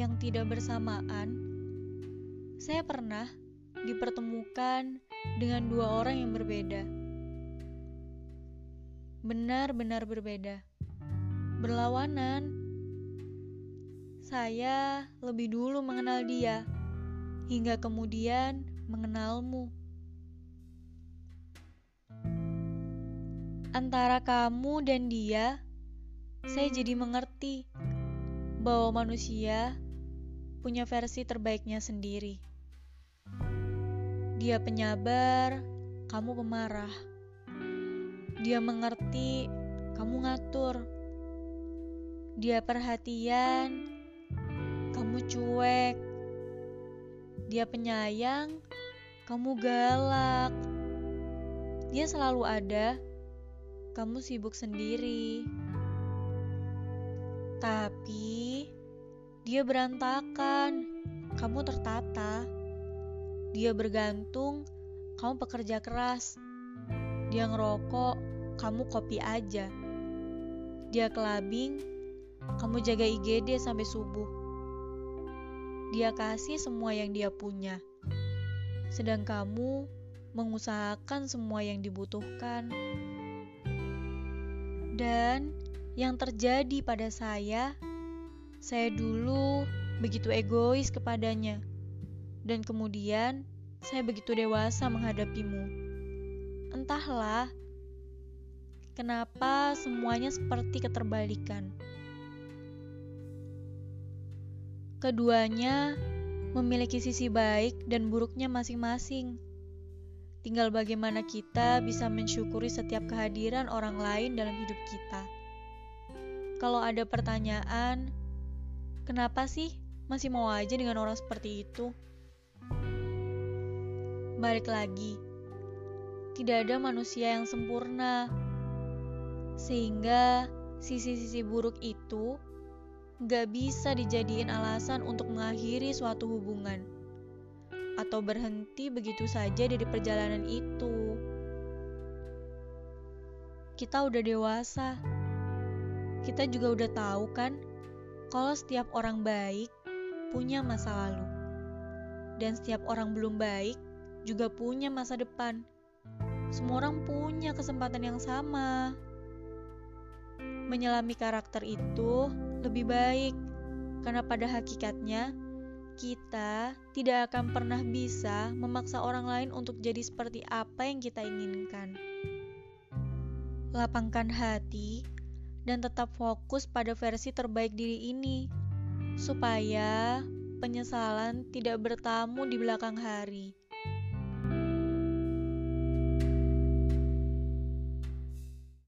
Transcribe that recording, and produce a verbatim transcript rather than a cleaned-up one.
yang tidak bersamaan, saya pernah dipertemukan dengan dua orang yang berbeda. Benar-benar berbeda. Berlawanan. Saya lebih dulu mengenal dia, hingga kemudian mengenalmu. Antara kamu dan dia, saya jadi mengerti bahwa manusia punya versi terbaiknya sendiri. Dia penyabar, kamu pemarah. Dia mengerti, kamu ngatur. Dia perhatian, kamu cuek. Dia penyayang, kamu galak. Dia selalu ada, kamu sibuk sendiri. Tapi dia berantakan, kamu tertata. Dia bergantung, kamu pekerja keras. Dia ngerokok, kamu kopi aja. Dia kelabing, kamu jaga I G D sampai subuh. Dia kasih semua yang dia punya, sedang kamu mengusahakan semua yang dibutuhkan. Dan yang terjadi pada saya, saya dulu begitu egois kepadanya, dan kemudian saya begitu dewasa menghadapimu. Entahlah, kenapa semuanya seperti keterbalikan. Keduanya memiliki sisi baik dan buruknya masing-masing. Tinggal bagaimana kita bisa mensyukuri setiap kehadiran orang lain dalam hidup kita. Kalau ada pertanyaan, kenapa sih masih mau aja dengan orang seperti itu? Balik lagi, tidak ada manusia yang sempurna. Sehingga sisi-sisi buruk itu gak bisa dijadiin alasan untuk mengakhiri suatu hubungan atau berhenti begitu saja dari perjalanan itu. Kita udah dewasa. Kita juga udah tahu kan kalau setiap orang baik punya masa lalu. Dan setiap orang belum baik juga punya masa depan. Semua orang punya kesempatan yang sama. Menyelami karakter itu lebih baik, karena pada hakikatnya kita tidak akan pernah bisa memaksa orang lain untuk jadi seperti apa yang kita inginkan. Lapangkan hati dan tetap fokus pada versi terbaik diri ini, supaya penyesalan tidak bertamu di belakang hari.